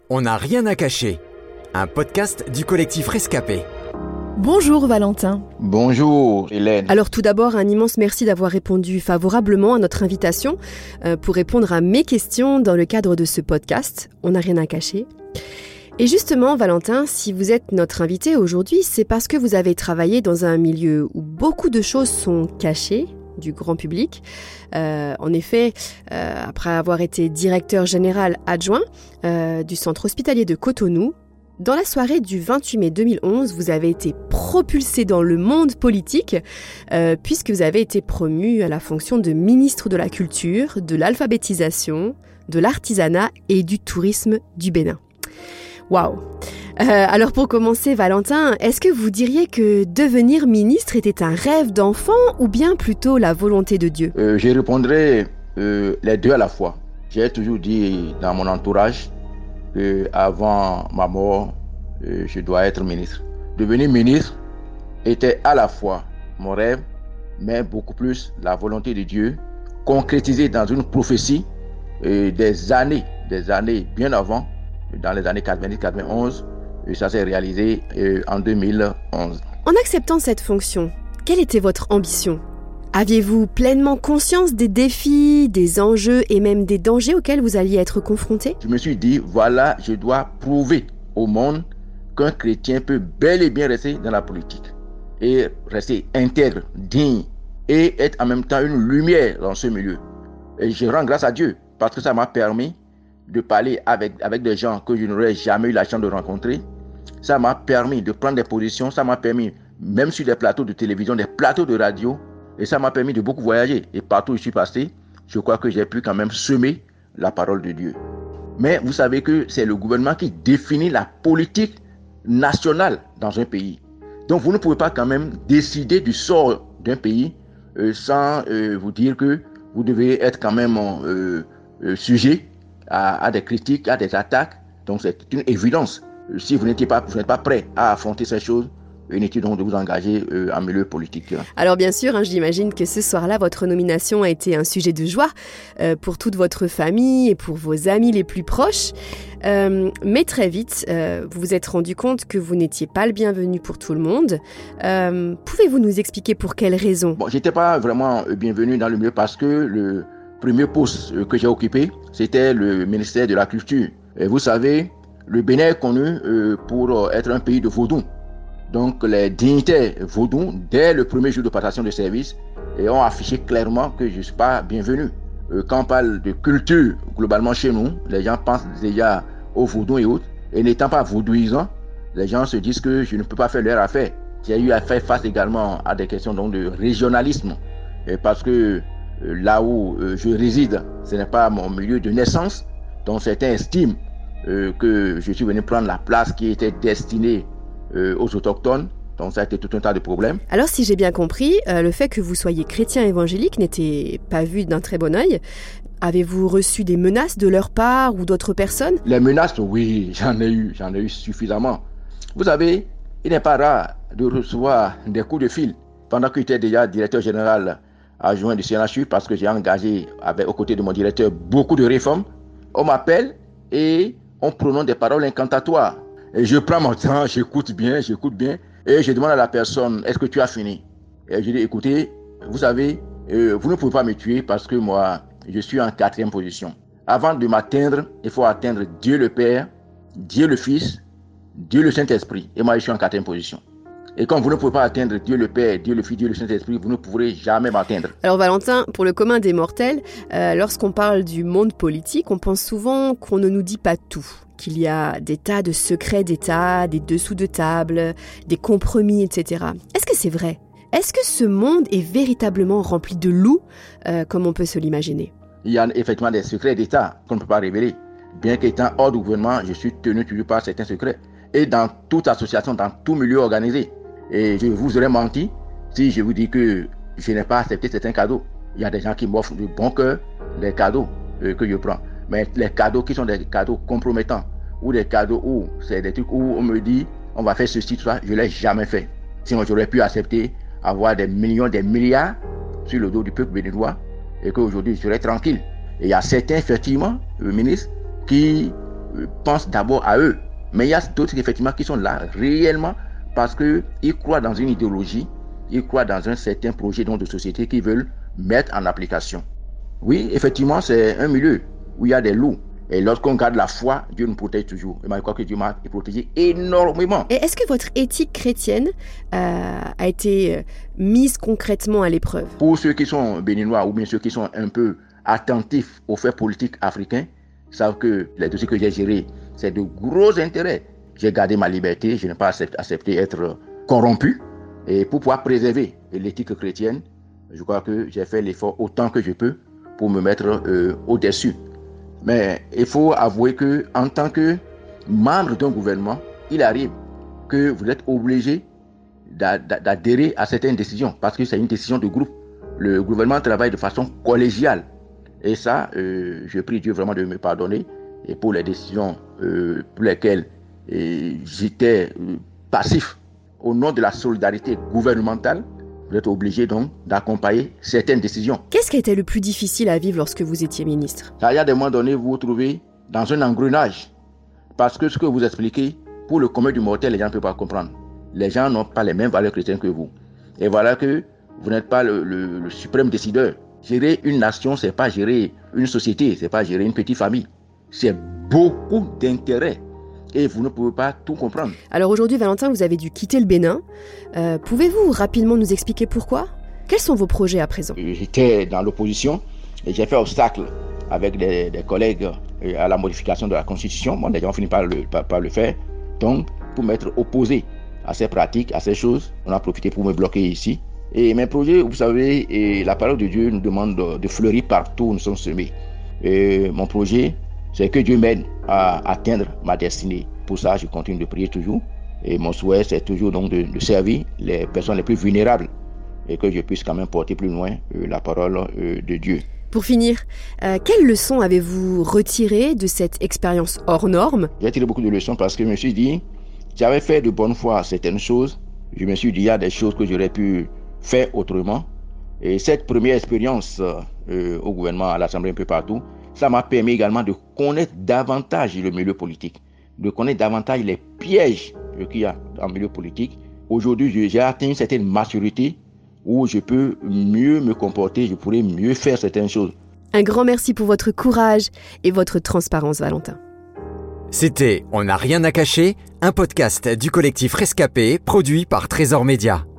On n'a rien à cacher, un podcast du collectif Rescapé. Bonjour Valentin. Bonjour Hélène. Alors tout d'abord, un immense merci d'avoir répondu favorablement à notre invitation pour répondre à mes questions dans le cadre de ce podcast. On n'a rien à cacher. Et justement, Valentin, si vous êtes notre invité aujourd'hui, c'est parce que vous avez travaillé dans un milieu où beaucoup de choses sont cachées du grand public. En effet, après avoir été directeur général adjoint du centre hospitalier de Cotonou, dans la soirée du 28 mai 2011, vous avez été propulsé dans le monde politique puisque vous avez été promu à la fonction de ministre de la Culture, de l'Alphabétisation, de l'Artisanat et du Tourisme du Bénin. Waouh! Alors pour commencer, Valentin, est-ce que vous diriez que devenir ministre était un rêve d'enfant ou bien plutôt la volonté de Dieu? Je répondrai les deux à la fois. J'ai toujours dit dans mon entourage qu'avant ma mort, je dois être ministre. Devenir ministre était à la fois mon rêve, mais beaucoup plus la volonté de Dieu, concrétisée dans une prophétie des années bien avant, dans les années 90-91, et ça s'est réalisé en 2011. En acceptant cette fonction, quelle était votre ambition? Aviez-vous pleinement conscience des défis, des enjeux et même des dangers auxquels vous alliez être confronté? Je me suis dit, voilà, je dois prouver au monde qu'un chrétien peut bel et bien rester dans la politique et rester intègre, digne et être en même temps une lumière dans ce milieu. Et je rends grâce à Dieu parce que ça m'a permis de parler avec des gens que je n'aurais jamais eu la chance de rencontrer. Ça m'a permis de prendre des positions, ça m'a permis, même sur des plateaux de télévision, des plateaux de radio, et ça m'a permis de beaucoup voyager. Et partout où je suis passé, je crois que j'ai pu quand même semer la parole de Dieu. Mais vous savez que c'est le gouvernement qui définit la politique nationale dans un pays. Donc vous ne pouvez pas quand même décider du sort d'un pays sans vous dire que vous devez être quand même sujet à des critiques, à des attaques. Donc c'est une évidence. Si vous n'êtes pas prêt à affronter ces choses, inutile donc de vous engager en milieu politique. Alors bien sûr, j'imagine que ce soir-là, votre nomination a été un sujet de joie pour toute votre famille et pour vos amis les plus proches. Mais très vite, vous vous êtes rendu compte que vous n'étiez pas le bienvenu pour tout le monde. Pouvez-vous nous expliquer pour quelles raisons? Bon, j'étais pas vraiment bienvenu dans le milieu parce que le premier poste que j'ai occupé, c'était le ministère de la Culture. Et vous savez, le Bénin est connu pour être un pays de vaudou. Donc les dignitaires vaudou, dès le premier jour de passation de service, ont affiché clairement que je ne suis pas bienvenu. Quand on parle de culture, globalement chez nous, les gens pensent déjà au vaudou et autres. Et n'étant pas vaudouisant, les gens se disent que je ne peux pas faire leur affaire. J'ai eu à faire face également à des questions donc, de régionalisme. Et parce que là où je réside, ce n'est pas mon milieu de naissance. Donc certains estiment que je suis venu prendre la place qui était destinée aux autochtones. Donc ça a été tout un tas de problèmes. Alors si j'ai bien compris, le fait que vous soyez chrétien évangélique n'était pas vu d'un très bon œil. Avez-vous reçu des menaces de leur part ou d'autres personnes? Les menaces, oui, j'en ai eu suffisamment. Vous savez, il n'est pas rare de recevoir des coups de fil pendant que j'étais déjà directeur général adjoint du CNHU parce que j'ai engagé aux côtés de mon directeur beaucoup de réformes. On m'appelle et on prononce des paroles incantatoires. Et je prends mon temps, j'écoute bien. Et je demande à la personne, est-ce que tu as fini? Et je dis, écoutez, vous savez, vous ne pouvez pas me tuer parce que moi, je suis en 4e position. Avant de m'atteindre, il faut atteindre Dieu le Père, Dieu le Fils, Dieu le Saint-Esprit. Et moi, je suis en 4e position. Et comme vous ne pouvez pas atteindre Dieu le Père, Dieu le Fils, Dieu le Saint-Esprit, vous ne pourrez jamais m'atteindre. Alors Valentin, pour le commun des mortels, lorsqu'on parle du monde politique, on pense souvent qu'on ne nous dit pas tout. Qu'il y a des tas de secrets d'État, des dessous de table, des compromis, etc. Est-ce que c'est vrai? Est-ce que ce monde est véritablement rempli de loups, comme on peut se l'imaginer? Il y a effectivement des secrets d'État qu'on ne peut pas révéler. Bien qu'étant hors du gouvernement, je suis tenu toujours par certains secrets. Et dans toute association, dans tout milieu organisé. Et je vous aurais menti si je vous dis que je n'ai pas accepté certains cadeaux. Il y a des gens qui m'offrent de bon cœur des cadeaux que je prends. Mais les cadeaux qui sont des cadeaux compromettants ou des cadeaux où c'est des trucs où on me dit on va faire ceci, tout ça, je ne l'ai jamais fait. Sinon, j'aurais pu accepter avoir des millions, des milliards sur le dos du peuple béninois et qu'aujourd'hui, je serais tranquille. Et il y a certains, effectivement, ministres qui pensent d'abord à eux. Mais il y a d'autres effectivement qui sont là réellement parce qu'ils croient dans une idéologie, ils croient dans un certain projet de société qu'ils veulent mettre en application. Oui, effectivement, c'est un milieu où il y a des loups. Et lorsqu'on garde la foi, Dieu nous protège toujours. Et moi, je crois que Dieu m'a protégé énormément. Et est-ce que votre éthique chrétienne a été mise concrètement à l'épreuve? Pour ceux qui sont béninois ou bien ceux qui sont un peu attentifs aux faits politiques africains, savent que les dossiers que j'ai gérés, c'est de gros intérêts. J'ai gardé ma liberté, je n'ai pas accepté d'être corrompu. Et pour pouvoir préserver l'éthique chrétienne, je crois que j'ai fait l'effort autant que je peux pour me mettre au-dessus. Mais il faut avouer qu'en tant que membre d'un gouvernement, il arrive que vous êtes obligé d'adhérer à certaines décisions parce que c'est une décision de groupe. Le gouvernement travaille de façon collégiale. Et ça, je prie Dieu vraiment de me pardonner et pour les décisions pour lesquelles j'étais passif. Au nom de la solidarité gouvernementale, vous êtes obligé donc d'accompagner certaines décisions. Qu'est-ce qui a été le plus difficile à vivre lorsque vous étiez ministre? Il y a des moments donnés, vous vous trouvez dans un engrenage. Parce que ce que vous expliquez, pour le commun du mortel, les gens ne peuvent pas comprendre. Les gens n'ont pas les mêmes valeurs chrétiennes que vous. Et voilà que vous n'êtes pas le suprême décideur. Gérer une nation, ce n'est pas gérer une société, ce n'est pas gérer une petite famille. C'est beaucoup d'intérêts. Et vous ne pouvez pas tout comprendre. Alors aujourd'hui, Valentin, vous avez dû quitter le Bénin. Pouvez-vous rapidement nous expliquer pourquoi? Quels sont vos projets à présent? J'étais dans l'opposition et j'ai fait obstacle avec des collègues à la modification de la Constitution. Bon, les gens ont fini par le faire. Donc, pour m'être opposé à ces pratiques, à ces choses, on a profité pour me bloquer ici. Et mes projets, vous savez, la parole de Dieu nous demande de fleurir partout où nous sommes semés. Et mon projet, c'est que Dieu m'aide à atteindre ma destinée. Pour ça, je continue de prier toujours. Et mon souhait, c'est toujours donc de servir les personnes les plus vulnérables et que je puisse quand même porter plus loin la parole de Dieu. Pour finir, quelles leçons avez-vous retirées de cette expérience hors norme? J'ai tiré beaucoup de leçons parce que je me suis dit, j'avais fait de bonne foi certaines choses. Je me suis dit, il y a des choses que j'aurais pu faire autrement. Et cette première expérience au gouvernement, à l'Assemblée, un peu partout, ça m'a permis également de connaître davantage le milieu politique, de connaître davantage les pièges qu'il y a dans le milieu politique. Aujourd'hui, j'ai atteint une certaine maturité où je peux mieux me comporter, je pourrais mieux faire certaines choses. Un grand merci pour votre courage et votre transparence, Valentin. C'était On n'a rien à cacher, un podcast du collectif Rescapé, produit par Trésor Média.